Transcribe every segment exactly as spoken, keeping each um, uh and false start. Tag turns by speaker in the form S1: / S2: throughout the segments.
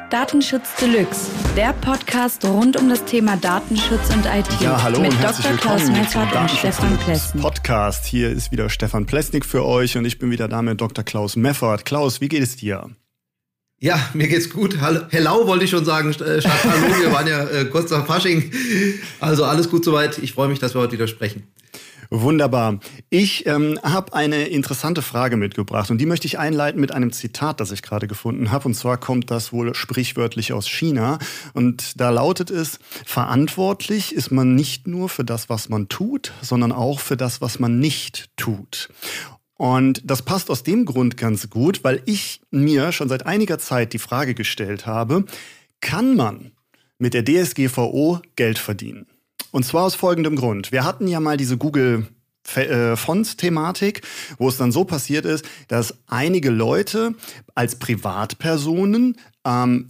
S1: Datenschutz Deluxe, der Podcast rund um das Thema Datenschutz und I T.
S2: Ja, hallo
S1: mit
S2: und herzlich
S1: Doktor Klaus
S2: willkommen
S1: Meffert und Stefan Plesnik.
S2: Podcast. Hier ist wieder Stefan Plesnik für euch und ich bin wieder da mit Doktor Klaus Meffert. Klaus, wie geht es dir?
S3: Ja, mir geht's gut. Hallo, hello wollte ich schon sagen, statt hallo. Wir waren ja äh, kurz nach Fasching. Also alles gut soweit. Ich freue mich, dass wir heute wieder sprechen.
S2: Wunderbar. Ich ähm, habe eine interessante Frage mitgebracht und die möchte ich einleiten mit einem Zitat, das ich gerade gefunden habe. Und zwar kommt das wohl sprichwörtlich aus China. Und da lautet es: Verantwortlich ist man nicht nur für das, was man tut, sondern auch für das, was man nicht tut. Und das passt aus dem Grund ganz gut, weil ich mir schon seit einiger Zeit die Frage gestellt habe, kann man mit der D S G V O Geld verdienen? Und zwar aus folgendem Grund. Wir hatten ja mal diese Google-Fonts-Thematik, wo es dann so passiert ist, dass einige Leute als Privatpersonen ähm,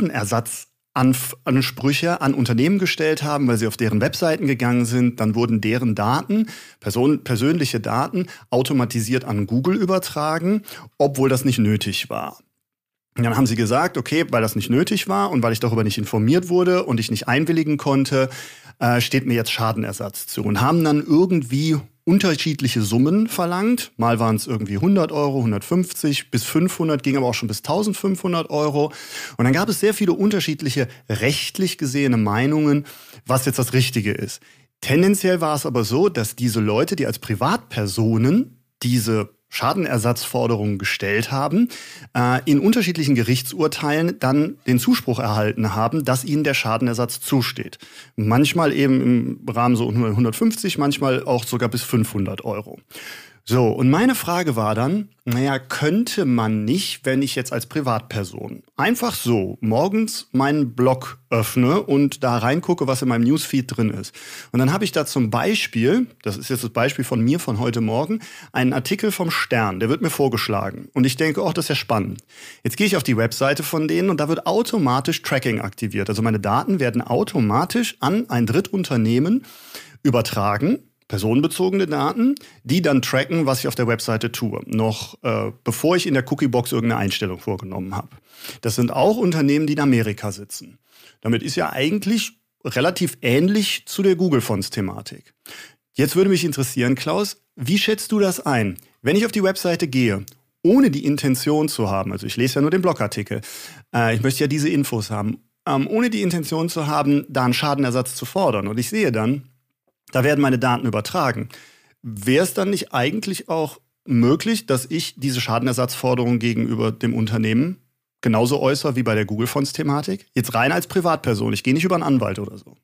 S2: Schadenersatzansprüche an Unternehmen gestellt haben, weil sie auf deren Webseiten gegangen sind. Dann wurden deren Daten, Person, persönliche Daten, automatisiert an Google übertragen, obwohl das nicht nötig war. Und dann haben sie gesagt, okay, weil das nicht nötig war und weil ich darüber nicht informiert wurde und ich nicht einwilligen konnte, äh, steht mir jetzt Schadenersatz zu. Und haben dann irgendwie unterschiedliche Summen verlangt. Mal waren es irgendwie hundert Euro, hundertfünfzig bis fünfhundert, ging aber auch schon bis eintausendfünfhundert Euro. Und dann gab es sehr viele unterschiedliche rechtlich gesehene Meinungen, was jetzt das Richtige ist. Tendenziell war es aber so, dass diese Leute, die als Privatpersonen diese Schadenersatzforderungen gestellt haben, äh, in unterschiedlichen Gerichtsurteilen dann den Zuspruch erhalten haben, dass ihnen der Schadenersatz zusteht. Manchmal eben im Rahmen so hundertfünfzig, manchmal auch sogar bis fünfhundert Euro. So, und meine Frage war dann, naja, könnte man nicht, wenn ich jetzt als Privatperson einfach so morgens meinen Blog öffne und da reingucke, was in meinem Newsfeed drin ist. Und dann habe ich da zum Beispiel, das ist jetzt das Beispiel von mir von heute Morgen, einen Artikel vom Stern, der wird mir vorgeschlagen. Und ich denke, oh, das ist ja spannend. Jetzt gehe ich auf die Webseite von denen und da wird automatisch Tracking aktiviert. Also meine Daten werden automatisch an ein Drittunternehmen übertragen, personenbezogene Daten, die dann tracken, was ich auf der Webseite tue, noch äh, bevor ich in der Cookiebox irgendeine Einstellung vorgenommen habe. Das sind auch Unternehmen, die in Amerika sitzen. Damit ist ja eigentlich relativ ähnlich zu der Google-Fonts-Thematik. Jetzt würde mich interessieren, Klaus, wie schätzt du das ein? Wenn ich auf die Webseite gehe, ohne die Intention zu haben, also ich lese ja nur den Blogartikel, äh, ich möchte ja diese Infos haben, ähm, ohne die Intention zu haben, da einen Schadenersatz zu fordern, und ich sehe dann, da werden meine Daten übertragen. Wäre es dann nicht eigentlich auch möglich, dass ich diese Schadenersatzforderung gegenüber dem Unternehmen genauso äußere wie bei der Google-Fonts-Thematik? Jetzt rein als Privatperson. Ich gehe nicht über einen Anwalt oder so.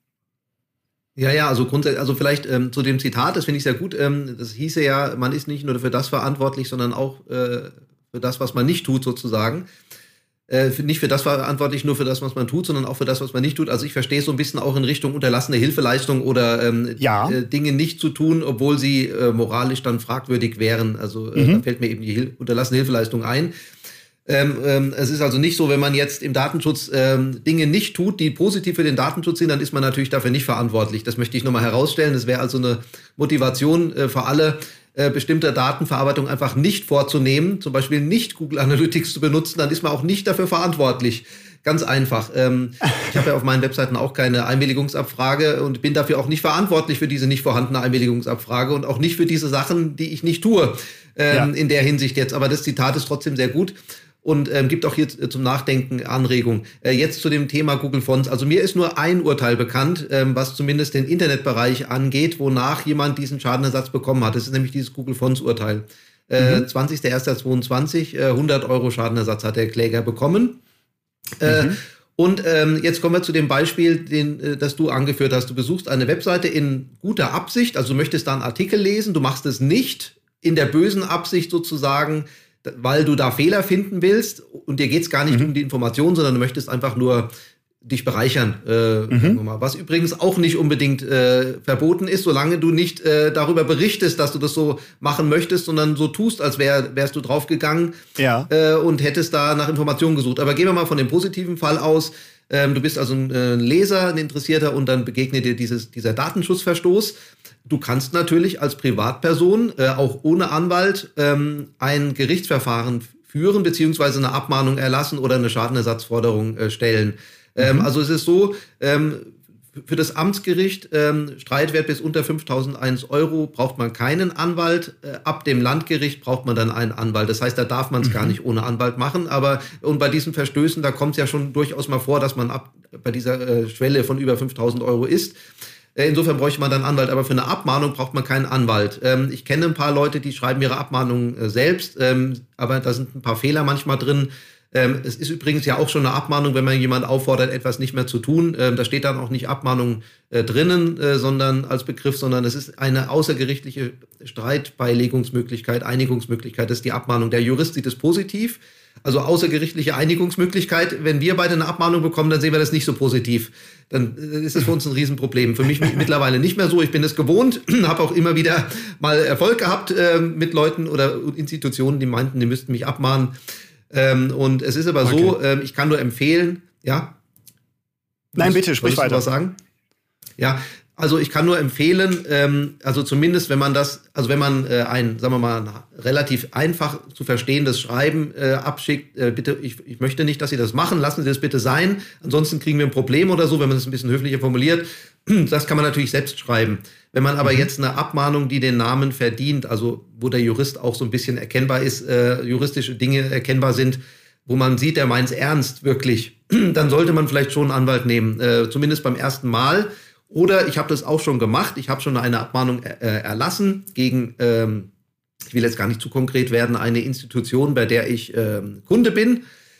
S3: Ja, ja, also grundsätzlich, also vielleicht ähm, zu dem Zitat, das finde ich sehr gut. Ähm, das hieße ja, man ist nicht nur für das verantwortlich, sondern auch äh, für das, was man nicht tut, sozusagen. Äh, für, nicht für das verantwortlich, nur für das, was man tut, sondern auch für das, was man nicht tut. Also ich verstehe es so ein bisschen auch in Richtung unterlassene Hilfeleistung oder ähm,
S2: ja.
S3: äh, Dinge nicht zu tun, obwohl sie äh, moralisch dann fragwürdig wären. Also äh,
S2: mhm.
S3: da fällt mir eben die Hil- unterlassene Hilfeleistung ein. Ähm, ähm, es ist also nicht so, wenn man jetzt im Datenschutz ähm, Dinge nicht tut, die positiv für den Datenschutz sind, dann ist man natürlich dafür nicht verantwortlich. Das möchte ich nochmal herausstellen. Das wäre also eine Motivation äh, für alle, äh, bestimmte Datenverarbeitung einfach nicht vorzunehmen, zum Beispiel nicht Google Analytics zu benutzen, dann ist man auch nicht dafür verantwortlich. Ganz einfach. Ähm, ich habe ja auf meinen Webseiten auch keine Einwilligungsabfrage und bin dafür auch nicht verantwortlich für diese nicht vorhandene Einwilligungsabfrage und auch nicht für diese Sachen, die ich nicht tue, ähm, ja. in der Hinsicht jetzt. Aber das Zitat ist trotzdem sehr gut. Und ähm, gibt auch hier zum Nachdenken Anregung. Äh, jetzt zu dem Thema Google Fonts. Also mir ist nur ein Urteil bekannt, ähm, was zumindest den Internetbereich angeht, wonach jemand diesen Schadenersatz bekommen hat. Das ist nämlich dieses Google Fonts Urteil. Äh, mhm. zwanzigster erster zweiundzwanzig, äh, hundert Euro Schadenersatz hat der Kläger bekommen. Äh, mhm. Und ähm, jetzt kommen wir zu dem Beispiel, den, äh, das du angeführt hast. Du besuchst eine Webseite in guter Absicht, also du möchtest da einen Artikel lesen, du machst es nicht in der bösen Absicht sozusagen, weil du da Fehler finden willst und dir geht's gar nicht mhm. um die Information, sondern du möchtest einfach nur dich bereichern. Äh, mhm. mal. Was übrigens auch nicht unbedingt äh, verboten ist, solange du nicht äh, darüber berichtest, dass du das so machen möchtest, sondern so tust, als wär, wärst du draufgegangen
S2: ja.
S3: äh, und hättest da nach Informationen gesucht. Aber gehen wir mal von dem positiven Fall aus. Ähm, du bist also ein äh, Leser, ein Interessierter und dann begegnet dir dieses, dieser Datenschutzverstoß. Du kannst natürlich als Privatperson, äh, auch ohne Anwalt, ähm, ein Gerichtsverfahren führen, beziehungsweise eine Abmahnung erlassen oder eine Schadenersatzforderung äh, stellen. Mhm. Ähm, also es ist so, ähm, für das Amtsgericht, ähm, Streitwert bis unter fünftausendeins Euro, braucht man keinen Anwalt. Äh, ab dem Landgericht braucht man dann einen Anwalt. Das heißt, da darf man es mhm. gar nicht ohne Anwalt machen. Aber und bei diesen Verstößen, da kommt es ja schon durchaus mal vor, dass man ab bei dieser äh, Schwelle von über fünftausend Euro ist. Äh, insofern bräuchte man dann einen Anwalt. Aber für eine Abmahnung braucht man keinen Anwalt. Ähm, ich kenne ein paar Leute, die schreiben ihre Abmahnungen äh, selbst. Ähm, aber da sind ein paar Fehler manchmal drin. Ähm, es ist übrigens ja auch schon eine Abmahnung, wenn man jemand auffordert, etwas nicht mehr zu tun. Ähm, da steht dann auch nicht Abmahnung äh, drinnen, äh, sondern als Begriff, sondern es ist eine außergerichtliche Streitbeilegungsmöglichkeit, Einigungsmöglichkeit. Das ist die Abmahnung. Der Jurist sieht es positiv. Also außergerichtliche Einigungsmöglichkeit. Wenn wir beide eine Abmahnung bekommen, dann sehen wir das nicht so positiv. Dann ist es für uns ein Riesenproblem. Für mich mittlerweile nicht mehr so. Ich bin es gewohnt, habe auch immer wieder mal Erfolg gehabt äh, mit Leuten oder Institutionen, die meinten, die müssten mich abmahnen. Ähm, und es ist aber okay. so, ähm, ich kann nur empfehlen, ja.
S2: Nein, bitte, sprich weiter.
S3: Was sagen? Ja, also ich kann nur empfehlen, ähm, also zumindest wenn man das, also wenn man äh, ein, sagen wir mal, ein relativ einfach zu verstehendes Schreiben äh, abschickt, äh, bitte, ich, ich möchte nicht, dass Sie das machen, lassen Sie das bitte sein, ansonsten kriegen wir ein Problem oder so, wenn man das ein bisschen höflicher formuliert. Das kann man natürlich selbst schreiben. Wenn man aber mhm. jetzt eine Abmahnung, die den Namen verdient, also wo der Jurist auch so ein bisschen erkennbar ist, äh, juristische Dinge erkennbar sind, wo man sieht, der meint's ernst, wirklich, dann sollte man vielleicht schon einen Anwalt nehmen, äh, zumindest beim ersten Mal. Oder ich habe das auch schon gemacht, ich habe schon eine Abmahnung äh, erlassen gegen, ähm, ich will jetzt gar nicht zu konkret werden, eine Institution, bei der ich ähm, Kunde bin.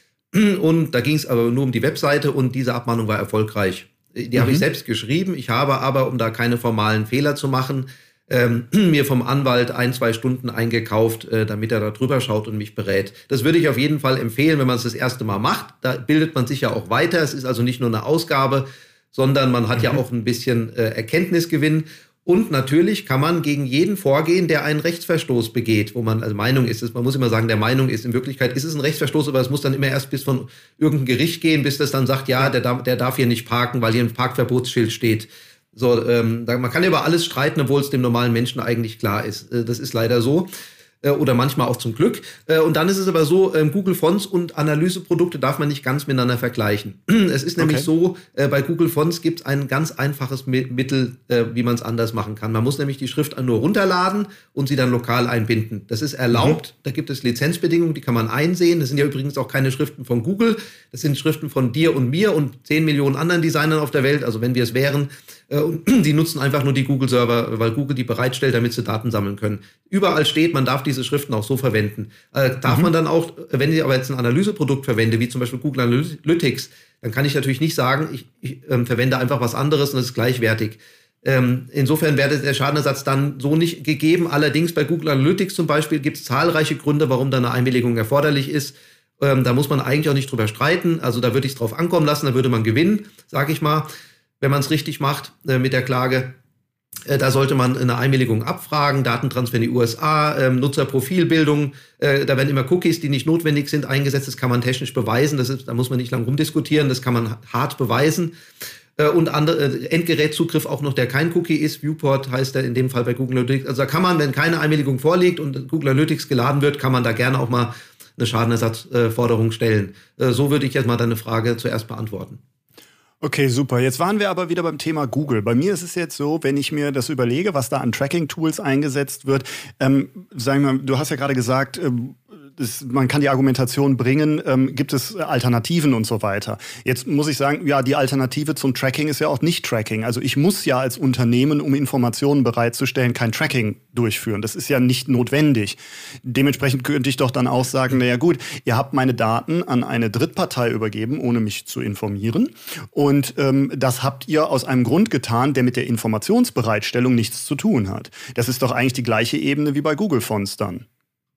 S3: Und da ging es aber nur um die Webseite und diese Abmahnung war erfolgreich. Die mhm. habe ich selbst geschrieben. Ich habe aber, um da keine formalen Fehler zu machen, ähm, mir vom Anwalt ein, zwei Stunden eingekauft, äh, damit er da drüber schaut und mich berät. Das würde ich auf jeden Fall empfehlen, wenn man es das erste Mal macht. Da bildet man sich ja auch weiter. Es ist also nicht nur eine Ausgabe, sondern man hat mhm. ja auch ein bisschen äh, Erkenntnisgewinn. Und natürlich kann man gegen jeden vorgehen, der einen Rechtsverstoß begeht, wo man, also Meinung ist es, man muss immer sagen, der Meinung ist, in Wirklichkeit ist es ein Rechtsverstoß, aber es muss dann immer erst bis von irgendeinem Gericht gehen, bis das dann sagt, ja, der, der darf hier nicht parken, weil hier ein Parkverbotsschild steht. So, ähm, man kann über alles streiten, obwohl es dem normalen Menschen eigentlich klar ist. Äh, das ist leider so. Oder manchmal auch zum Glück. Und dann ist es aber so, Google Fonts und Analyseprodukte darf man nicht ganz miteinander vergleichen. Es ist nämlich okay. so, bei Google Fonts gibt es ein ganz einfaches Mittel, wie man es anders machen kann. Man muss nämlich die Schrift nur runterladen und sie dann lokal einbinden. Das ist erlaubt. Mhm. Da gibt es Lizenzbedingungen, die kann man einsehen. Das sind ja übrigens auch keine Schriften von Google. Das sind Schriften von dir und mir und zehn Millionen anderen Designern auf der Welt. Also wenn wir es wären. Und die nutzen einfach nur die Google-Server, weil Google die bereitstellt, damit sie Daten sammeln können. Überall steht, man darf diese Schriften auch so verwenden. Äh, darf mhm. man dann auch, wenn ich aber jetzt ein Analyseprodukt verwende, wie zum Beispiel Google Analytics, dann kann ich natürlich nicht sagen, ich, ich ähm, verwende einfach was anderes und es ist gleichwertig. Ähm, insofern wäre der Schadenersatz dann so nicht gegeben. Allerdings bei Google Analytics zum Beispiel gibt es zahlreiche Gründe, warum da eine Einwilligung erforderlich ist. Ähm, da muss man eigentlich auch nicht drüber streiten. Also da würde ich es drauf ankommen lassen, da würde man gewinnen, sage ich mal. Wenn man es richtig macht äh, mit der Klage, äh, da sollte man eine Einwilligung abfragen, Datentransfer in die U S A, äh, Nutzerprofilbildung, äh, da werden immer Cookies, die nicht notwendig sind, eingesetzt, das kann man technisch beweisen, das ist, da muss man nicht lang rumdiskutieren, das kann man hart beweisen. Äh, und andere, äh, Endgerätzugriff auch noch, der kein Cookie ist, Viewport heißt der in dem Fall bei Google Analytics. Also da kann man, wenn keine Einwilligung vorliegt und Google Analytics geladen wird, kann man da gerne auch mal eine Schadenersatzforderung stellen. Äh, so würde ich jetzt mal deine Frage zuerst beantworten.
S2: Okay, super. Jetzt waren wir aber wieder beim Thema Google. Bei mir ist es jetzt so, wenn ich mir das überlege, was da an Tracking-Tools eingesetzt wird, ähm, sagen wir mal, du hast ja gerade gesagt, ähm, Das, man kann die Argumentation bringen, ähm, gibt es Alternativen und so weiter. Jetzt muss ich sagen, ja, die Alternative zum Tracking ist ja auch nicht Tracking. Also ich muss ja als Unternehmen, um Informationen bereitzustellen, kein Tracking durchführen. Das ist ja nicht notwendig. Dementsprechend könnte ich doch dann auch sagen, naja gut, ihr habt meine Daten an eine Drittpartei übergeben, ohne mich zu informieren. Und ähm, das habt ihr aus einem Grund getan, der mit der Informationsbereitstellung nichts zu tun hat. Das ist doch eigentlich die gleiche Ebene wie bei Google Fonts dann.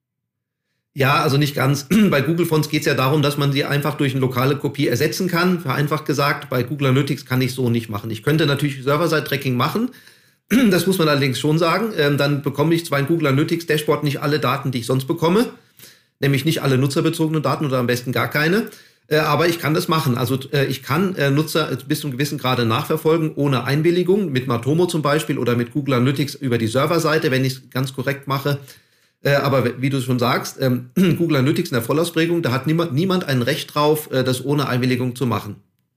S3: Ja, also nicht ganz. Bei Google Fonts geht es ja darum, dass man sie einfach durch eine lokale Kopie ersetzen kann. Vereinfacht gesagt, bei Google Analytics kann ich so nicht machen. Ich könnte natürlich Server-Side-Tracking machen. Das muss man allerdings schon sagen. Ähm, dann bekomme ich zwar in Google Analytics Dashboard nicht alle Daten, die ich sonst bekomme. Nämlich nicht alle nutzerbezogenen Daten oder am besten gar keine. Äh, aber ich kann das machen. Also äh, ich kann äh, Nutzer bis zu einem gewissen Grade nachverfolgen, ohne Einwilligung. Mit Matomo zum Beispiel oder mit Google Analytics über die Serverseite, wenn ich es ganz korrekt mache. Äh, aber wie du schon sagst, ähm, Google Analytics in der Vollausprägung, da hat niemand, niemand ein Recht drauf, äh, das ohne Einwilligung zu machen.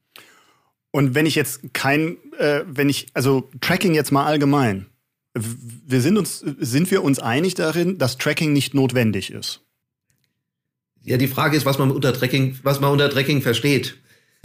S2: Und wenn ich jetzt kein, äh, wenn ich, also Tracking jetzt mal allgemein, wir sind uns, sind wir uns einig darin, dass Tracking nicht notwendig ist?
S3: Ja, die Frage ist, was man unter Tracking, was man unter Tracking versteht.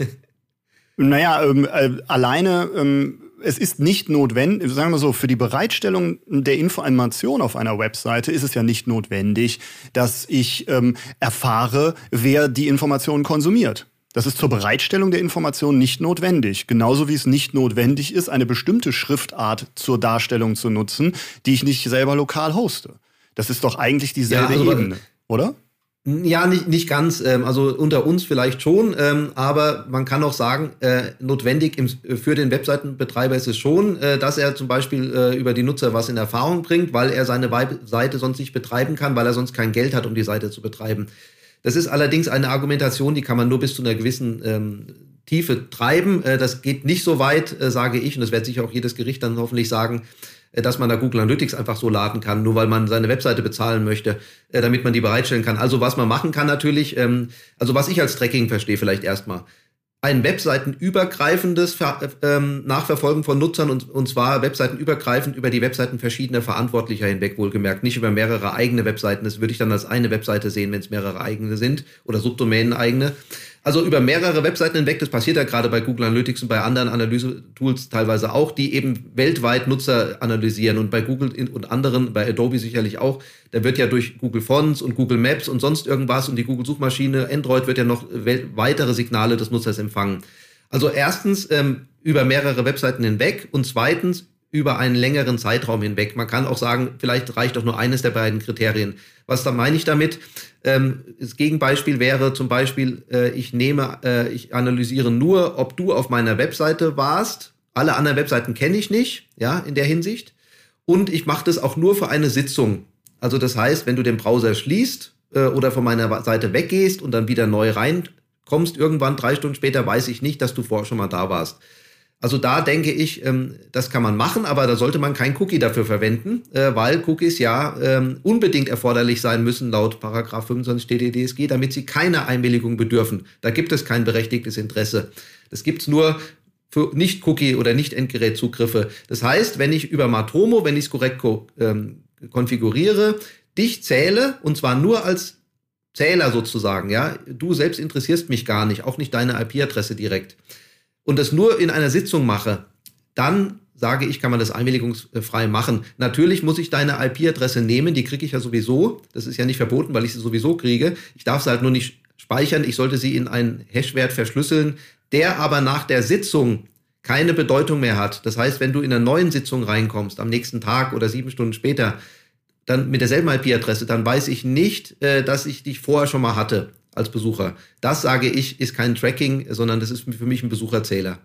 S2: Naja, ähm, äh, alleine, ähm, es ist nicht notwendig, sagen wir so, für die Bereitstellung der Information auf einer Webseite ist es ja nicht notwendig, dass ich ähm, erfahre, wer die Informationen konsumiert. Das ist zur Bereitstellung der Information nicht notwendig. Genauso wie es nicht notwendig ist, eine bestimmte Schriftart zur Darstellung zu nutzen, die ich nicht selber lokal hoste. Das ist doch eigentlich dieselbe ja, also, Ebene, oder?
S3: Ja, nicht, nicht ganz. Also unter uns vielleicht schon. Aber man kann auch sagen, notwendig für den Webseitenbetreiber ist es schon, dass er zum Beispiel über die Nutzer was in Erfahrung bringt, weil er seine Seite sonst nicht betreiben kann, weil er sonst kein Geld hat, um die Seite zu betreiben. Das ist allerdings eine Argumentation, die kann man nur bis zu einer gewissen ähm, Tiefe treiben. Äh, das geht nicht so weit, äh, sage ich, und das wird sicher auch jedes Gericht dann hoffentlich sagen, äh, dass man da Google Analytics einfach so laden kann, nur weil man seine Webseite bezahlen möchte, äh, damit man die bereitstellen kann. Also was man machen kann natürlich, ähm, also was ich als Tracking verstehe vielleicht erstmal, ein webseitenübergreifendes Ver- ähm, Nachverfolgen von Nutzern und, und zwar webseitenübergreifend über die Webseiten verschiedener Verantwortlicher hinweg, wohlgemerkt, nicht über mehrere eigene Webseiten. Das würde ich dann als eine Webseite sehen, wenn es mehrere eigene sind oder Subdomänen eigene. Also über mehrere Webseiten hinweg, das passiert ja gerade bei Google Analytics und bei anderen Analyse-Tools teilweise auch, die eben weltweit Nutzer analysieren und bei Google und anderen, bei Adobe sicherlich auch, da wird ja durch Google Fonts und Google Maps und sonst irgendwas und die Google-Suchmaschine, Android wird ja noch weitere Signale des Nutzers empfangen. Also erstens ähm, über mehrere Webseiten hinweg und zweitens über einen längeren Zeitraum hinweg. Man kann auch sagen, vielleicht reicht doch nur eines der beiden Kriterien. Was da meine ich damit? Ähm, das Gegenbeispiel wäre zum Beispiel, äh, ich nehme, äh, ich analysiere nur, ob du auf meiner Webseite warst. Alle anderen Webseiten kenne ich nicht, ja, in der Hinsicht. Und ich mache das auch nur für eine Sitzung. Also das heißt, wenn du den Browser schließt äh, oder von meiner Seite weggehst und dann wieder neu reinkommst, irgendwann drei Stunden später, weiß ich nicht, dass du vorher schon mal da warst. Also da denke ich, ähm, das kann man machen, aber da sollte man kein Cookie dafür verwenden, äh, weil Cookies ja ähm, unbedingt erforderlich sein müssen laut Paragraph fünfundzwanzig T T D S G, damit sie keiner Einwilligung bedürfen. Da gibt es kein berechtigtes Interesse. Das gibt's nur für Nicht-Cookie- oder Nicht-Endgerät-Zugriffe. Das heißt, wenn ich über Matomo, wenn ich es korrekt ko- ähm, konfiguriere, dich zähle, und zwar nur als Zähler sozusagen, ja, du selbst interessierst mich gar nicht, auch nicht deine I P-Adresse direkt, und das nur in einer Sitzung mache, dann sage ich, kann man das einwilligungsfrei machen. Natürlich muss ich deine I P-Adresse nehmen, die kriege ich ja sowieso. Das ist ja nicht verboten, weil ich sie sowieso kriege. Ich darf sie halt nur nicht speichern. Ich sollte sie in einen Hashwert verschlüsseln, der aber nach der Sitzung keine Bedeutung mehr hat. Das heißt, wenn du in einer neuen Sitzung reinkommst, am nächsten Tag oder sieben Stunden später, dann mit derselben I P-Adresse, dann weiß ich nicht, dass ich dich vorher schon mal hatte als Besucher. Das, sage ich, ist kein Tracking, sondern das ist für mich ein Besucherzähler.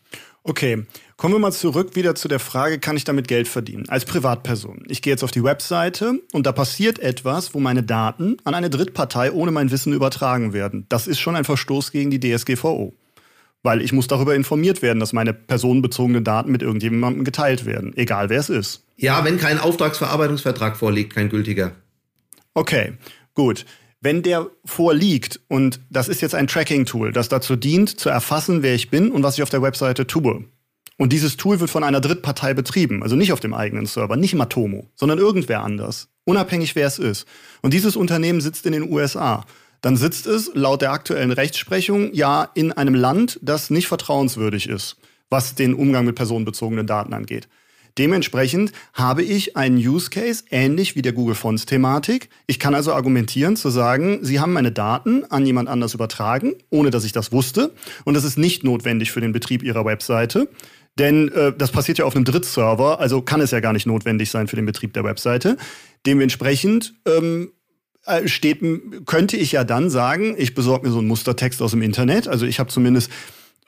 S2: Okay, kommen wir mal zurück wieder zu der Frage, kann ich damit Geld verdienen? Als Privatperson. Ich gehe jetzt auf die Webseite und da passiert etwas, wo meine Daten an eine Drittpartei ohne mein Wissen übertragen werden. Das ist schon ein Verstoß gegen die D S G V O. Weil ich muss darüber informiert werden, dass meine personenbezogenen Daten mit irgendjemandem geteilt werden. Egal, wer es ist.
S3: Ja, wenn kein Auftragsverarbeitungsvertrag vorliegt, kein gültiger.
S2: Okay, gut. Wenn der vorliegt, und das ist jetzt ein Tracking-Tool, das dazu dient, zu erfassen, wer ich bin und was ich auf der Webseite tue. Und dieses Tool wird von einer Drittpartei betrieben, also nicht auf dem eigenen Server, nicht Matomo, sondern irgendwer anders, unabhängig wer es ist. Und dieses Unternehmen sitzt in den U S A. Dann sitzt es laut der aktuellen Rechtsprechung ja in einem Land, das nicht vertrauenswürdig ist, was den Umgang mit personenbezogenen Daten angeht. Dementsprechend habe ich einen Use Case, ähnlich wie der Google Fonts-Thematik. Ich kann also argumentieren, zu sagen, Sie haben meine Daten an jemand anders übertragen, ohne dass ich das wusste. Und das ist nicht notwendig für den Betrieb Ihrer Webseite. Denn äh, das passiert ja auf einem Drittserver, also kann es ja gar nicht notwendig sein für den Betrieb der Webseite. Dementsprechend ähm, steht, könnte ich ja dann sagen, ich besorge mir so einen Mustertext aus dem Internet. Also ich habe zumindest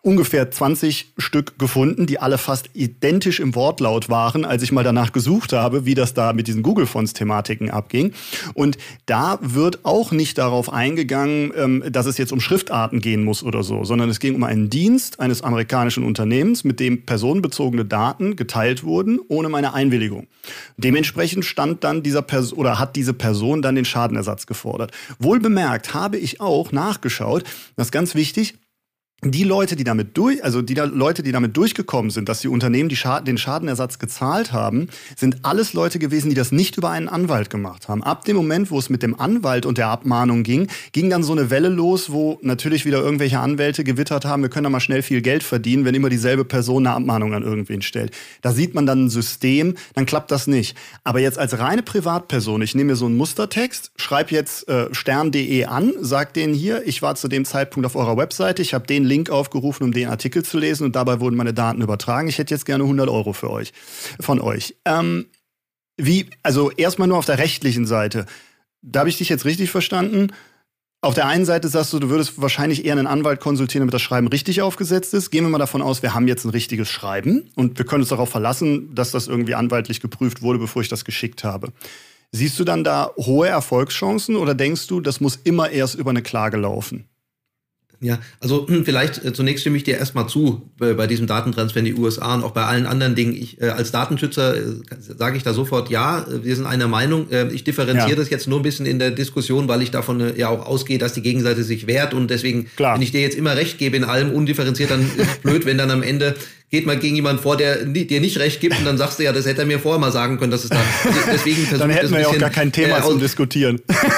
S2: ungefähr zwanzig Stück gefunden, die alle fast identisch im Wortlaut waren, als ich mal danach gesucht habe, wie das da mit diesen Google-Fonts-Thematiken abging. Und da wird auch nicht darauf eingegangen, ähm, dass es jetzt um Schriftarten gehen muss oder so, sondern es ging um einen Dienst eines amerikanischen Unternehmens, mit dem personenbezogene Daten geteilt wurden, ohne meine Einwilligung. Dementsprechend stand dann dieser Person oder hat diese Person dann den Schadenersatz gefordert. Wohl bemerkt habe ich auch nachgeschaut, das ist ganz wichtig, die Leute, die damit durch, also die da, Leute, die damit durchgekommen sind, dass die Unternehmen die Schaden, den Schadenersatz gezahlt haben, sind alles Leute gewesen, die das nicht über einen Anwalt gemacht haben. Ab dem Moment, wo es mit dem Anwalt und der Abmahnung ging, ging dann so eine Welle los, wo natürlich wieder irgendwelche Anwälte gewittert haben, wir können da mal schnell viel Geld verdienen, wenn immer dieselbe Person eine Abmahnung an irgendwen stellt. Da sieht man dann ein System, dann klappt das nicht. Aber jetzt als reine Privatperson, ich nehme mir so einen Mustertext, schreibe jetzt äh, stern punkt de an, sag denen hier, ich war zu dem Zeitpunkt auf eurer Webseite, ich habe den Link aufgerufen, um den Artikel zu lesen und dabei wurden meine Daten übertragen. Ich hätte jetzt gerne hundert Euro für euch, von euch. Ähm, wie, also erstmal nur auf der rechtlichen Seite. Da habe ich dich jetzt richtig verstanden. Auf der einen Seite sagst du, du würdest wahrscheinlich eher einen Anwalt konsultieren, damit das Schreiben richtig aufgesetzt ist. Gehen wir mal davon aus, wir haben jetzt ein richtiges Schreiben und wir können uns darauf verlassen, dass das irgendwie anwaltlich geprüft wurde, bevor ich das geschickt habe. Siehst du dann da hohe Erfolgschancen oder denkst du, das muss immer erst über eine Klage laufen?
S3: Ja, also vielleicht äh, zunächst stimme ich dir erstmal zu äh, bei diesem Datentransfer in die U S A und auch bei allen anderen Dingen. Ich, äh, als Datenschützer äh, sage ich da sofort ja, äh, wir sind einer Meinung. Äh, ich differenziere ja. das jetzt nur ein bisschen in der Diskussion, weil ich davon äh, ja auch ausgehe, dass die Gegenseite sich wehrt und deswegen, Klar. wenn ich dir jetzt immer recht gebe in allem undifferenziert, dann ist es blöd, wenn dann am Ende geht mal gegen jemanden vor, der dir nicht recht gibt und dann sagst du ja, das hätte er mir vorher mal sagen können, dass es da. Deswegen
S2: dann hätten wir ja auch gar kein Thema äh, zum Diskutieren.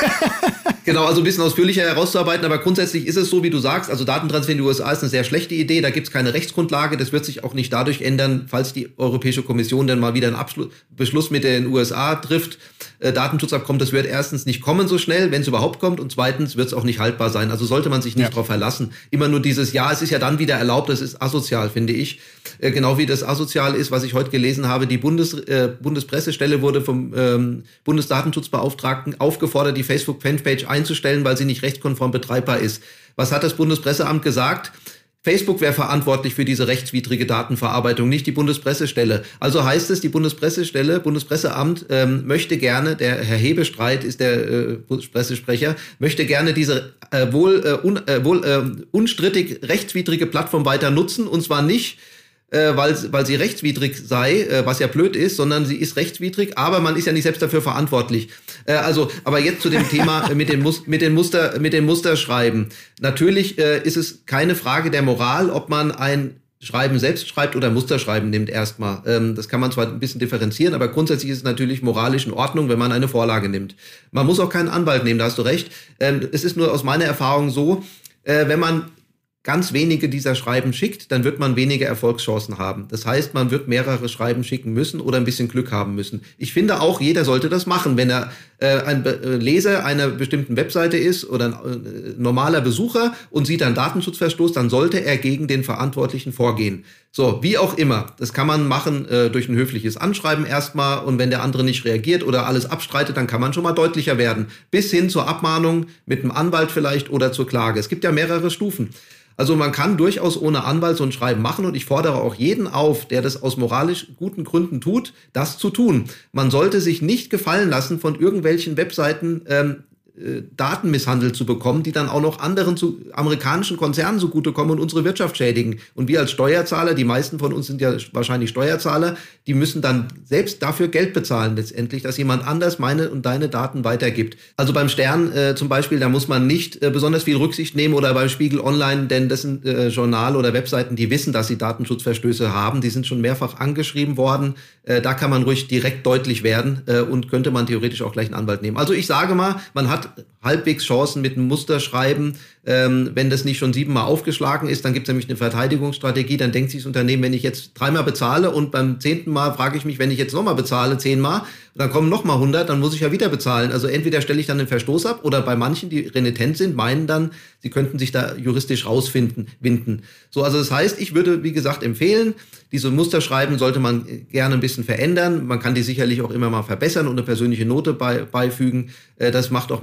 S3: Genau, also ein bisschen ausführlicher herauszuarbeiten, aber grundsätzlich ist es so, wie du sagst, also Datentransfer in die U S A ist eine sehr schlechte Idee, da gibt es keine Rechtsgrundlage, das wird sich auch nicht dadurch ändern, falls die Europäische Kommission dann mal wieder einen Abschluss, Beschluss mit den U S A trifft, äh, Datenschutzabkommen, das wird erstens nicht kommen so schnell, wenn es überhaupt kommt und zweitens wird es auch nicht haltbar sein, also sollte man sich nicht ja. darauf verlassen. Immer nur dieses, ja, es ist ja dann wieder erlaubt, das ist asozial, finde ich, äh, genau wie das asozial ist, was ich heute gelesen habe, die Bundes, äh, Bundespressestelle wurde vom ähm, Bundesdatenschutzbeauftragten aufgefordert, die Facebook-Fanpage einzustellen, weil sie nicht rechtskonform betreibbar ist. Was hat das Bundespresseamt gesagt? Facebook wäre verantwortlich für diese rechtswidrige Datenverarbeitung, nicht die Bundespressestelle. Also heißt es, die Bundespressestelle, Bundespresseamt ähm, möchte gerne, der Herr Hebestreit ist der äh, Pressesprecher, möchte gerne diese äh, wohl, äh, un, äh, wohl äh, unstrittig rechtswidrige Plattform weiter nutzen und zwar nicht Äh, weil, weil sie rechtswidrig sei, äh, was ja blöd ist, sondern sie ist rechtswidrig, aber man ist ja nicht selbst dafür verantwortlich. Äh, also, aber jetzt zu dem Thema mit den, Mus- mit den Muster, mit den Musterschreiben. Natürlich äh, ist es keine Frage der Moral, ob man ein Schreiben selbst schreibt oder Musterschreiben nimmt erstmal. Ähm, das kann man zwar ein bisschen differenzieren, aber grundsätzlich ist es natürlich moralisch in Ordnung, wenn man eine Vorlage nimmt. Man muss auch keinen Anwalt nehmen, da hast du recht. Ähm, es ist nur aus meiner Erfahrung so, äh, wenn man ganz wenige dieser Schreiben schickt, dann wird man weniger Erfolgschancen haben. Das heißt, man wird mehrere Schreiben schicken müssen oder ein bisschen Glück haben müssen. Ich finde auch, jeder sollte das machen. Wenn er äh, ein Be- Leser einer bestimmten Webseite ist oder ein äh, normaler Besucher und sieht einen Datenschutzverstoß, dann sollte er gegen den Verantwortlichen vorgehen. So, wie auch immer. Das kann man machen äh, durch ein höfliches Anschreiben erstmal und wenn der andere nicht reagiert oder alles abstreitet, dann kann man schon mal deutlicher werden. Bis hin zur Abmahnung mit einem Anwalt vielleicht oder zur Klage. Es gibt ja mehrere Stufen. Also man kann durchaus ohne Anwalt so ein Schreiben machen und ich fordere auch jeden auf, der das aus moralisch guten Gründen tut, das zu tun. Man sollte sich nicht gefallen lassen, von irgendwelchen Webseiten ähm, äh, Daten misshandelt zu bekommen, die dann auch noch anderen zu, amerikanischen Konzernen zugutekommen und unsere Wirtschaft schädigen. Und wir als Steuerzahler, die meisten von uns sind ja wahrscheinlich Steuerzahler, die müssen dann selbst dafür Geld bezahlen letztendlich, dass jemand anders meine und deine Daten weitergibt. Also beim Stern äh, zum Beispiel, da muss man nicht äh, besonders viel Rücksicht nehmen oder beim Spiegel Online, denn das sind äh, Journale oder Webseiten, die wissen, dass sie Datenschutzverstöße haben. Die sind schon mehrfach angeschrieben worden. Äh, da kann man ruhig direkt deutlich werden äh, und könnte man theoretisch auch gleich einen Anwalt nehmen. Also ich sage mal, man hat halbwegs Chancen mit einem Musterschreiben. Ähm, wenn das nicht schon siebenmal aufgeschlagen ist, dann gibt es nämlich eine Verteidigungsstrategie. Dann denkt sich das Unternehmen, wenn ich jetzt dreimal bezahle und beim zehnten Mal frage ich mich, wenn ich jetzt nochmal bezahle, zehnmal, dann kommen nochmal hundert, dann muss ich ja wieder bezahlen. Also entweder stelle ich dann den Verstoß ab oder bei manchen, die renitent sind, meinen dann, sie könnten sich da juristisch rausfinden, winden. So, also das heißt, ich würde, wie gesagt, empfehlen, diese Musterschreiben sollte man gerne ein bisschen verändern. Man kann die sicherlich auch immer mal verbessern und eine persönliche Note bei, beifügen. Das macht auch mehr Eindruck.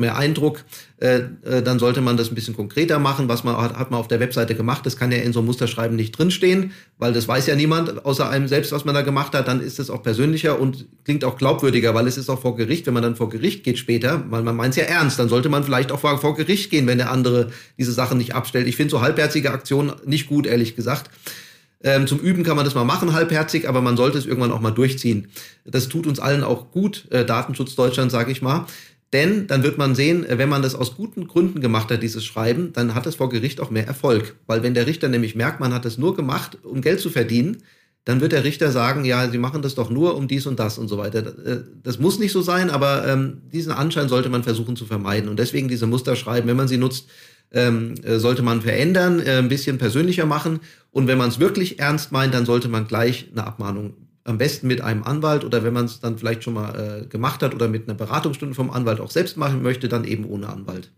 S3: Eindruck, äh, äh, dann sollte man das ein bisschen konkreter machen. Was man hat, hat man auf der Webseite gemacht, das kann ja in so einem Musterschreiben nicht drinstehen, weil das weiß ja niemand außer einem selbst, was man da gemacht hat. Dann ist es auch persönlicher und klingt auch glaubwürdiger, weil es ist auch vor Gericht. Wenn man dann vor Gericht geht später, weil man meint es ja ernst, dann sollte man vielleicht auch vor, vor Gericht gehen, wenn der andere diese Sachen nicht abstellt. Ich finde so halbherzige Aktionen nicht gut, ehrlich gesagt. Ähm, zum Üben kann man das mal machen, halbherzig, aber man sollte es irgendwann auch mal durchziehen. Das tut uns allen auch gut, äh, Datenschutz Deutschland, sage ich mal. Denn dann wird man sehen, wenn man das aus guten Gründen gemacht hat, dieses Schreiben, dann hat es vor Gericht auch mehr Erfolg. Weil wenn der Richter nämlich merkt, man hat es nur gemacht, um Geld zu verdienen, dann wird der Richter sagen, ja, Sie machen das doch nur um dies und das und so weiter. Das muss nicht so sein, aber ähm, diesen Anschein sollte man versuchen zu vermeiden. Und deswegen diese Musterschreiben, wenn man sie nutzt, ähm, sollte man verändern, äh, ein bisschen persönlicher machen. Und wenn man es wirklich ernst meint, dann sollte man gleich eine Abmahnung, am besten mit einem Anwalt oder wenn man es dann vielleicht schon mal äh, gemacht hat oder mit einer Beratungsstunde vom Anwalt auch selbst machen möchte, dann eben ohne Anwalt.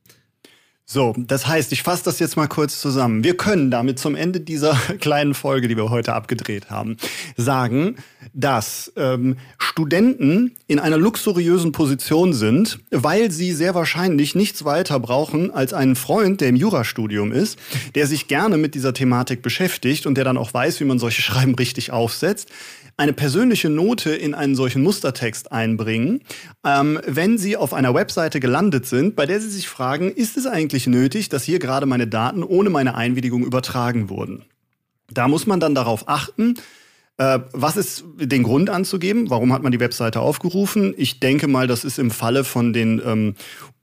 S2: So, das heißt, ich fasse das jetzt mal kurz zusammen. Wir können damit zum Ende dieser kleinen Folge, die wir heute abgedreht haben, sagen, dass ähm, Studenten in einer luxuriösen Position sind, weil sie sehr wahrscheinlich nichts weiter brauchen als einen Freund, der im Jurastudium ist, der sich gerne mit dieser Thematik beschäftigt und der dann auch weiß, wie man solche Schreiben richtig aufsetzt. Eine persönliche Note in einen solchen Mustertext einbringen, ähm, wenn Sie auf einer Webseite gelandet sind, bei der Sie sich fragen, ist es eigentlich nötig, dass hier gerade meine Daten ohne meine Einwilligung übertragen wurden? Da muss man dann darauf achten, äh, was ist den Grund anzugeben, warum hat man die Webseite aufgerufen? Ich denke mal, das ist im Falle von den ähm,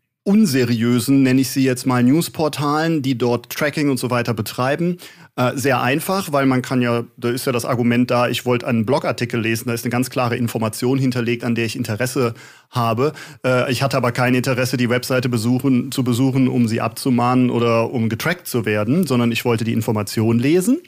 S2: unseriösen, nenne ich sie jetzt mal, Newsportalen, die dort Tracking und so weiter betreiben. Äh, sehr einfach, weil man kann ja, da ist ja das Argument da, ich wollte einen Blogartikel lesen, da ist eine ganz klare Information hinterlegt, an der ich Interesse habe. Äh, ich hatte aber kein Interesse, die Webseite besuchen, zu besuchen, um sie abzumahnen oder um getrackt zu werden, sondern ich wollte die Information lesen.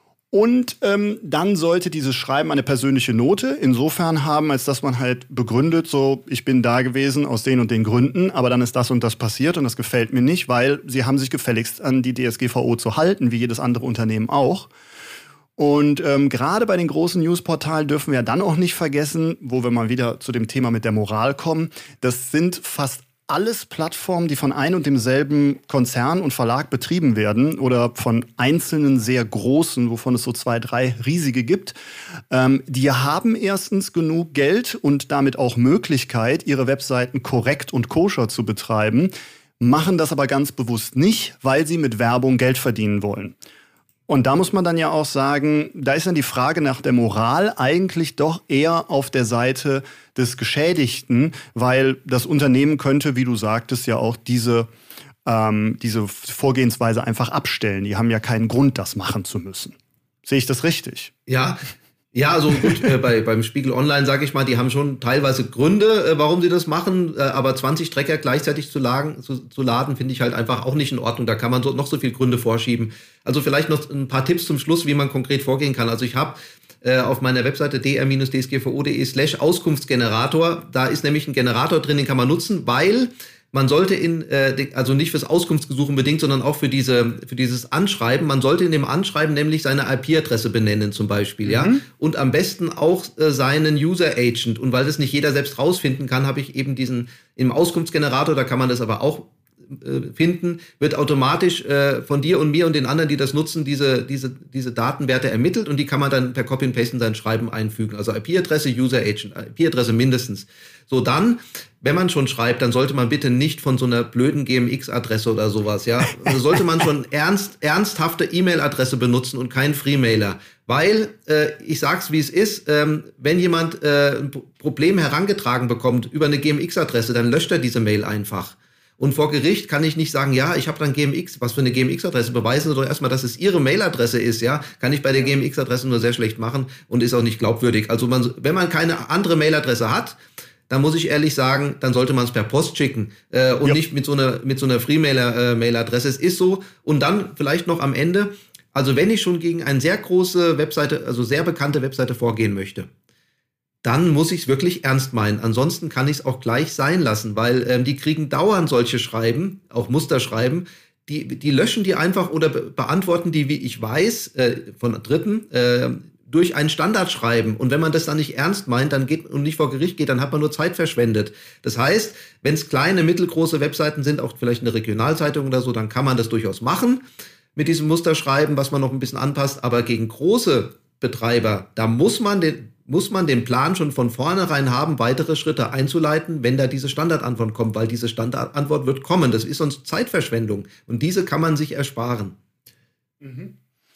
S2: Und ähm, dann sollte dieses Schreiben eine persönliche Note insofern haben, als dass man halt begründet, so, ich bin da gewesen aus den und den Gründen, aber dann ist das und das passiert und das gefällt mir nicht, weil sie haben sich gefälligst an die D S G V O zu halten, wie jedes andere Unternehmen auch. Und ähm, gerade bei den großen Newsportalen dürfen wir ja dann auch nicht vergessen, wo wir mal wieder zu dem Thema mit der Moral kommen, das sind fast alles Plattformen, die von ein und demselben Konzern und Verlag betrieben werden oder von einzelnen sehr großen, wovon es so zwei, drei riesige gibt. Ähm, die haben erstens genug Geld und damit auch Möglichkeit, ihre Webseiten korrekt und koscher zu betreiben, machen das aber ganz bewusst nicht, weil sie mit Werbung Geld verdienen wollen. Und da muss man dann ja auch sagen, da ist dann die Frage nach der Moral eigentlich doch eher auf der Seite des Geschädigten, weil das Unternehmen könnte, wie du sagtest, ja auch diese, ähm, diese Vorgehensweise einfach abstellen. Die haben ja keinen Grund, das machen zu müssen. Sehe ich das richtig?
S3: Ja. Ja, also gut, äh, bei, beim Spiegel Online, sage ich mal, die haben schon teilweise Gründe, äh, warum sie das machen, äh, aber zwanzig Trecker gleichzeitig zu, lagen, zu, zu laden, finde ich halt einfach auch nicht in Ordnung. Da kann man so, noch so viel Gründe vorschieben. Also vielleicht noch ein paar Tipps zum Schluss, wie man konkret vorgehen kann. Also ich habe äh, auf meiner Webseite d r d s g v o punkt d e slash Auskunftsgenerator, da ist nämlich ein Generator drin, den kann man nutzen, weil man sollte in, äh, also nicht fürs Auskunftsgesuch unbedingt, sondern auch für diese, für dieses Anschreiben, man sollte in dem Anschreiben nämlich seine I P-Adresse benennen zum Beispiel, mhm. ja. Und am besten auch äh, seinen User-Agent. Und weil das nicht jeder selbst rausfinden kann, habe ich eben diesen, im Auskunftsgenerator, da kann man das aber auch äh, finden, wird automatisch äh, von dir und mir und den anderen, die das nutzen, diese, diese, diese Datenwerte ermittelt und die kann man dann per Copy and Paste in sein Schreiben einfügen. Also I P-Adresse, User-Agent, I P-Adresse mindestens. So, dann, wenn man schon schreibt, dann sollte man bitte nicht von so einer blöden G M X-Adresse oder sowas, ja. Also sollte man schon ernst, ernsthafte E-Mail-Adresse benutzen und keinen Freemailer. Weil, äh, ich sag's wie es ist, ähm, wenn jemand äh, ein Problem herangetragen bekommt über eine G M X-Adresse, dann löscht er diese Mail einfach. Und vor Gericht kann ich nicht sagen, ja, ich habe dann G M X, was für eine G M X-Adresse, beweisen Sie doch erstmal, dass es Ihre Mailadresse ist, ja, kann ich bei der G M X-Adresse nur sehr schlecht machen und ist auch nicht glaubwürdig. Also man, wenn man keine andere Mailadresse hat, dann muss ich ehrlich sagen, dann sollte man es per Post schicken äh, und ja. nicht mit so einer mit so einer Free-Mailer-Mailadresse. Es ist so. Und dann vielleicht noch am Ende, also wenn ich schon gegen eine sehr große Webseite, also sehr bekannte Webseite vorgehen möchte, dann muss ich es wirklich ernst meinen. Ansonsten kann ich es auch gleich sein lassen, weil ähm, die kriegen dauernd solche Schreiben, auch Musterschreiben, die, die löschen die einfach oder be- beantworten die, wie ich weiß, äh, von Dritten, äh, durch ein Standardschreiben. Und wenn man das dann nicht ernst meint, dann geht und nicht vor Gericht geht, dann hat man nur Zeit verschwendet. Das heißt, wenn es kleine, mittelgroße Webseiten sind, auch vielleicht eine Regionalzeitung oder so, dann kann man das durchaus machen mit diesem Musterschreiben, was man noch ein bisschen anpasst. Aber gegen große Betreiber, da muss man den muss man den Plan schon von vornherein haben, weitere Schritte einzuleiten, wenn da diese Standardantwort kommt, weil diese Standardantwort wird kommen. Das ist sonst Zeitverschwendung und diese kann man sich ersparen.
S2: Mhm.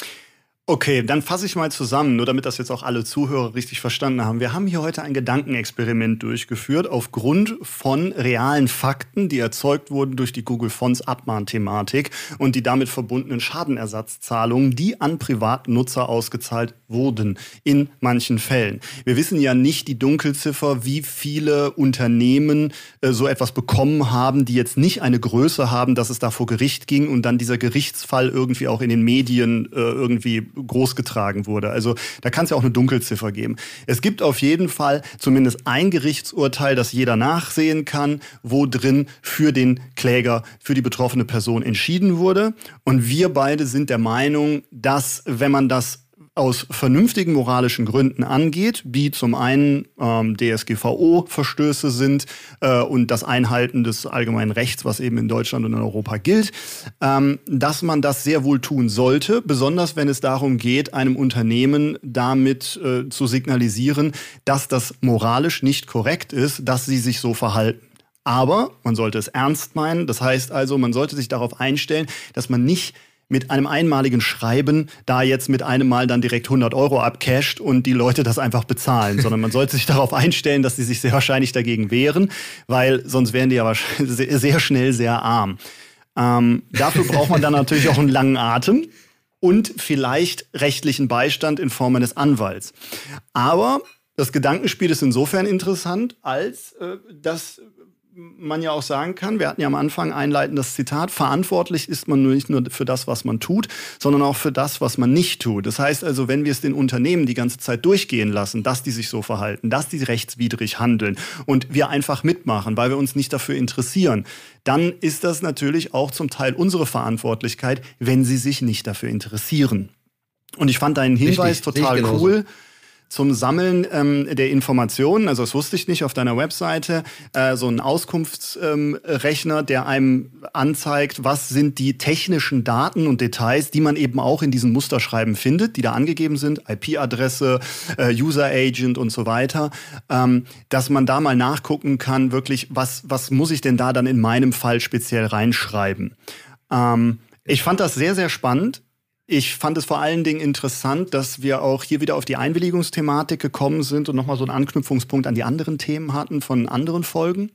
S2: Okay, dann fasse ich mal zusammen, nur damit das jetzt auch alle Zuhörer richtig verstanden haben. Wir haben hier heute ein Gedankenexperiment durchgeführt aufgrund von realen Fakten, die erzeugt wurden durch die Google Fonts Abmahnthematik und die damit verbundenen Schadenersatzzahlungen, die an Privatnutzer ausgezahlt wurden in manchen Fällen. Wir wissen ja nicht die Dunkelziffer, wie viele Unternehmen äh, so etwas bekommen haben, die jetzt nicht eine Größe haben, dass es da vor Gericht ging und dann dieser Gerichtsfall irgendwie auch in den Medien äh, irgendwie großgetragen wurde. Also da kann es ja auch eine Dunkelziffer geben. Es gibt auf jeden Fall zumindest ein Gerichtsurteil, das jeder nachsehen kann, wo drin für den Kläger, für die betroffene Person entschieden wurde. Und wir beide sind der Meinung, dass, wenn man das aus vernünftigen moralischen Gründen angeht, wie zum einen ähm, D S G V O-Verstöße sind äh, und das Einhalten des allgemeinen Rechts, was eben in Deutschland und in Europa gilt, ähm, dass man das sehr wohl tun sollte, besonders wenn es darum geht, einem Unternehmen damit äh, zu signalisieren, dass das moralisch nicht korrekt ist, dass sie sich so verhalten. Aber man sollte es ernst meinen, das heißt also, man sollte sich darauf einstellen, dass man nicht mit einem einmaligen Schreiben da jetzt mit einem Mal dann direkt hundert Euro abcasht und die Leute das einfach bezahlen, sondern man sollte sich darauf einstellen, dass sie sich sehr wahrscheinlich dagegen wehren, weil sonst wären die ja sehr schnell sehr arm. Ähm, dafür braucht man dann natürlich auch einen langen Atem und vielleicht rechtlichen Beistand in Form eines Anwalts. Aber das Gedankenspiel ist insofern interessant, als äh, dass man ja auch sagen kann, wir hatten ja am Anfang einleitendes Zitat, verantwortlich ist man nicht nur für das, was man tut, sondern auch für das, was man nicht tut. Das heißt also, wenn wir es den Unternehmen die ganze Zeit durchgehen lassen, dass die sich so verhalten, dass die rechtswidrig handeln und wir einfach mitmachen, weil wir uns nicht dafür interessieren, dann ist das natürlich auch zum Teil unsere Verantwortlichkeit, wenn sie sich nicht dafür interessieren. Und ich fand deinen Hinweis
S3: Richtig,
S2: total cool. Zum Sammeln ähm, der Informationen, also das wusste ich nicht, auf deiner Webseite, äh, so ein Auskunftsrechner, ähm, der einem anzeigt, was sind die technischen Daten und Details, die man eben auch in diesen Musterschreiben findet, die da angegeben sind, I P-Adresse, äh, User-Agent und so weiter, ähm, dass man da mal nachgucken kann, wirklich, was, was muss ich denn da dann in meinem Fall speziell reinschreiben. Ähm, ich fand das sehr, sehr spannend. Ich fand es vor allen Dingen interessant, dass wir auch hier wieder auf die Einwilligungsthematik gekommen sind und nochmal so einen Anknüpfungspunkt an die anderen Themen hatten von anderen Folgen.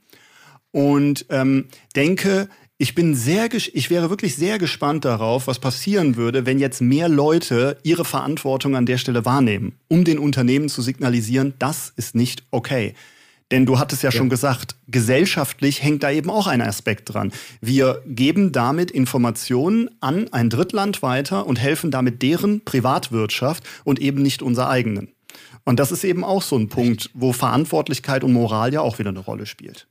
S2: Und ähm, denke, ich bin sehr, ges- ich wäre wirklich sehr gespannt darauf, was passieren würde, wenn jetzt mehr Leute ihre Verantwortung an der Stelle wahrnehmen, um den Unternehmen zu signalisieren, das ist nicht okay. Denn du hattest ja, ja schon gesagt, gesellschaftlich hängt da eben auch ein Aspekt dran. Wir geben damit Informationen an ein Drittland weiter und helfen damit deren Privatwirtschaft und eben nicht unserer eigenen. Und das ist eben auch so ein Punkt, wo Verantwortlichkeit und Moral ja auch wieder eine Rolle spielt.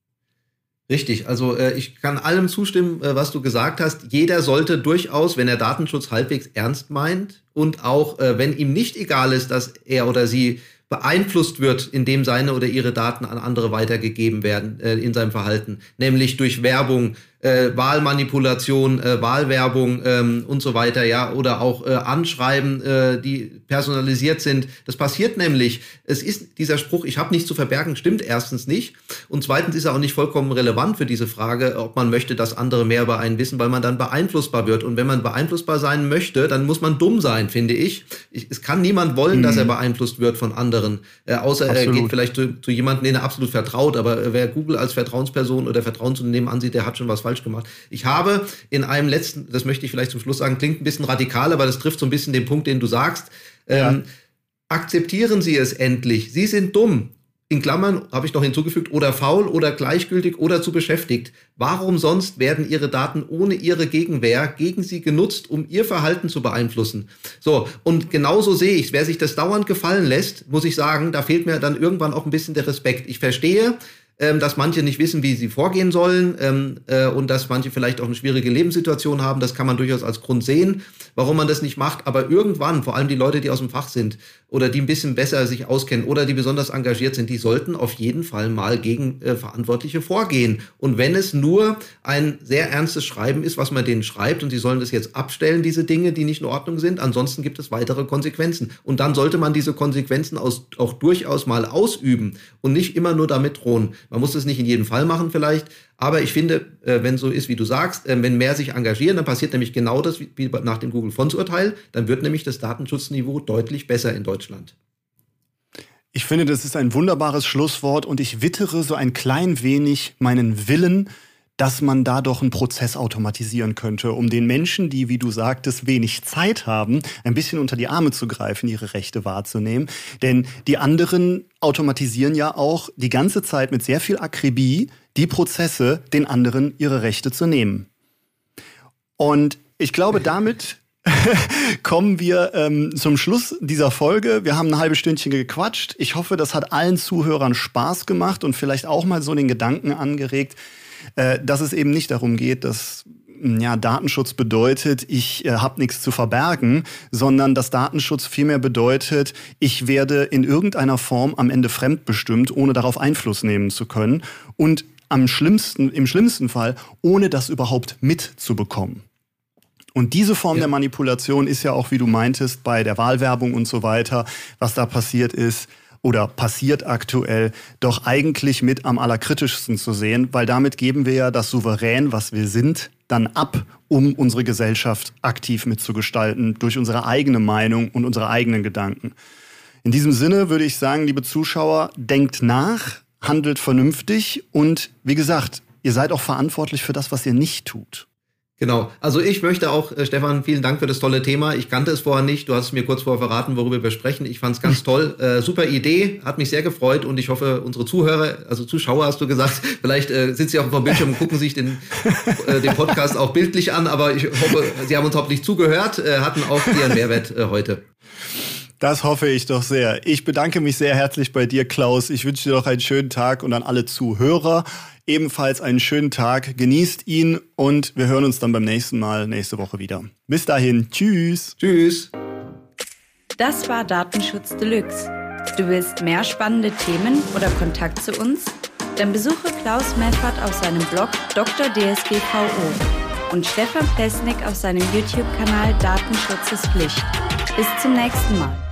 S3: Richtig, also äh, ich kann allem zustimmen, äh, was du gesagt hast. Jeder sollte durchaus, wenn er Datenschutz halbwegs ernst meint und auch, äh, wenn ihm nicht egal ist, dass er oder sie beeinflusst wird, indem seine oder ihre Daten an andere weitergegeben werden äh, in seinem Verhalten, nämlich durch Werbung, äh, Wahlmanipulation, äh, Wahlwerbung ähm, und so weiter, ja, oder auch äh, Anschreiben, äh, die personalisiert sind. Das passiert nämlich. Es ist dieser Spruch, ich habe nichts zu verbergen, stimmt erstens nicht und zweitens ist er auch nicht vollkommen relevant für diese Frage, ob man möchte, dass andere mehr über einen wissen, weil man dann beeinflussbar wird. Und wenn man beeinflussbar sein möchte, dann muss man dumm sein, finde ich. ich es kann niemand wollen, mhm. dass er beeinflusst wird von anderen, äh, außer Absolut. er geht vielleicht zu, zu jemandem, den er absolut vertraut. Aber äh, wer Google als Vertrauensperson oder Vertrauensunternehmen ansieht, der hat schon was falsch gemacht. Ich habe in einem letzten, das möchte ich vielleicht zum Schluss sagen, klingt ein bisschen radikal, aber das trifft so ein bisschen den Punkt, den du sagst. Ja. Ähm, akzeptieren Sie es endlich. Sie sind dumm. In Klammern habe ich noch hinzugefügt, oder faul oder gleichgültig oder zu beschäftigt. Warum sonst werden Ihre Daten ohne Ihre Gegenwehr gegen Sie genutzt, um Ihr Verhalten zu beeinflussen? So, und genauso sehe ich es. Wer sich das dauernd gefallen lässt, muss ich sagen, da fehlt mir dann irgendwann auch ein bisschen der Respekt. Ich verstehe, ähm, dass manche nicht wissen, wie sie vorgehen sollen ähm, äh, und dass manche vielleicht auch eine schwierige Lebenssituation haben. Das kann man durchaus als Grund sehen, warum man das nicht macht. Aber irgendwann, vor allem die Leute, die aus dem Fach sind oder die ein bisschen besser sich auskennen oder die besonders engagiert sind, die sollten auf jeden Fall mal gegen äh, Verantwortliche vorgehen. Und wenn es nur ein sehr ernstes Schreiben ist, was man denen schreibt und sie sollen das jetzt abstellen, diese Dinge, die nicht in Ordnung sind, ansonsten gibt es weitere Konsequenzen. Und dann sollte man diese Konsequenzen aus, auch durchaus mal ausüben und nicht immer nur damit drohen. Man muss das nicht in jedem Fall machen vielleicht, aber ich finde, äh, wenn so ist, wie du sagst, äh, wenn mehr sich engagieren, dann passiert nämlich genau das wie, wie nach dem Google-Fonds-Urteil, dann wird nämlich das Datenschutzniveau deutlich besser in Deutschland.
S2: Ich finde, das ist ein wunderbares Schlusswort und ich wittere so ein klein wenig meinen Willen, dass man da doch einen Prozess automatisieren könnte, um den Menschen, die, wie du sagtest, wenig Zeit haben, ein bisschen unter die Arme zu greifen, ihre Rechte wahrzunehmen. Denn die anderen automatisieren ja auch die ganze Zeit mit sehr viel Akribie die Prozesse, den anderen ihre Rechte zu nehmen. Und ich glaube, damit kommen wir ähm, zum Schluss dieser Folge. Wir haben ein halbes Stündchen gequatscht. Ich hoffe, das hat allen Zuhörern Spaß gemacht und vielleicht auch mal so den Gedanken angeregt, äh, dass es eben nicht darum geht, dass ja, Datenschutz bedeutet, ich äh, habe nichts zu verbergen, sondern dass Datenschutz vielmehr bedeutet, ich werde in irgendeiner Form am Ende fremdbestimmt, ohne darauf Einfluss nehmen zu können und am schlimmsten, im schlimmsten Fall, ohne das überhaupt mitzubekommen. Und diese Form ja. der Manipulation ist ja auch, wie du meintest, bei der Wahlwerbung und so weiter, was da passiert ist oder passiert aktuell, doch eigentlich mit am allerkritischsten zu sehen, weil damit geben wir ja das Souverän, was wir sind, dann ab, um unsere Gesellschaft aktiv mitzugestalten, durch unsere eigene Meinung und unsere eigenen Gedanken. In diesem Sinne würde ich sagen, liebe Zuschauer, denkt nach, handelt vernünftig und wie gesagt, ihr seid auch verantwortlich für das, was ihr nicht tut.
S3: Genau, also ich möchte auch, äh, Stefan, vielen Dank für das tolle Thema. Ich kannte es vorher nicht, du hast es mir kurz vorher verraten, worüber wir sprechen. Ich fand es ganz toll, äh, super Idee, hat mich sehr gefreut und ich hoffe, unsere Zuhörer, also Zuschauer hast du gesagt, vielleicht äh, sitzen sie auch vor Bildschirm und gucken sich den, äh, den Podcast auch bildlich an, aber ich hoffe, sie haben uns hoffentlich zugehört, äh, hatten auch ihren Mehrwert äh, heute.
S2: Das hoffe ich doch sehr. Ich bedanke mich sehr herzlich bei dir, Klaus. Ich wünsche dir noch einen schönen Tag und an alle Zuhörer ebenfalls einen schönen Tag. Genießt ihn und wir hören uns dann beim nächsten Mal nächste Woche wieder. Bis dahin. Tschüss.
S3: Tschüss.
S1: Das war Datenschutz Deluxe. Du willst mehr spannende Themen oder Kontakt zu uns? Dann besuche Klaus Meffert auf seinem Blog Doktor D S G V O und Stefan Plesnik auf seinem YouTube-Kanal Datenschutz ist Pflicht. Bis zum nächsten Mal.